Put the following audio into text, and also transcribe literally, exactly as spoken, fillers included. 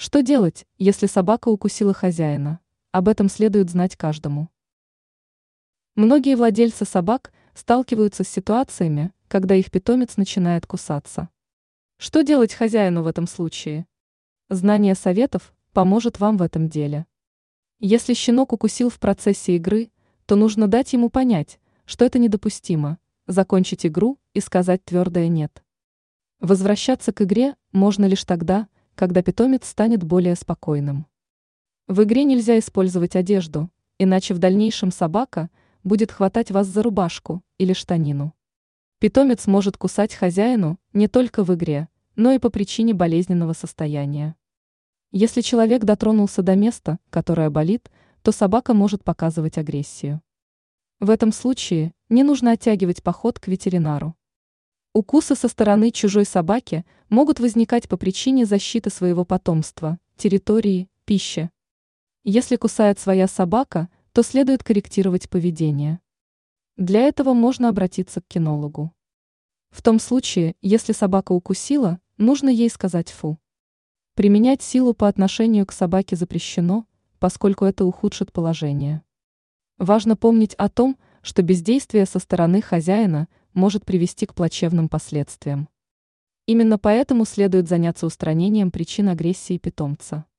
Что делать, если собака укусила хозяина? Об этом следует знать каждому. Многие владельцы собак сталкиваются с ситуациями, когда их питомец начинает кусаться. Что делать хозяину в этом случае? Знание советов поможет вам в этом деле. Если щенок укусил в процессе игры, то нужно дать ему понять, что это недопустимо, закончить игру и сказать твердое «нет». Возвращаться к игре можно лишь тогда, когда питомец станет более спокойным. В игре нельзя использовать одежду, иначе в дальнейшем собака будет хватать вас за рубашку или штанину. Питомец может кусать хозяину не только в игре, но и по причине болезненного состояния. Если человек дотронулся до места, которое болит, то собака может показывать агрессию. В этом случае не нужно оттягивать поход к ветеринару. Укусы со стороны чужой собаки могут возникать по причине защиты своего потомства, территории, пищи. Если кусает своя собака, то следует корректировать поведение. Для этого можно обратиться к кинологу. В том случае, если собака укусила, нужно ей сказать «фу». Применять силу по отношению к собаке запрещено, поскольку это ухудшит положение. Важно помнить о том, что бездействие со стороны хозяина может привести к плачевным последствиям. Именно поэтому следует заняться устранением причин агрессии питомца.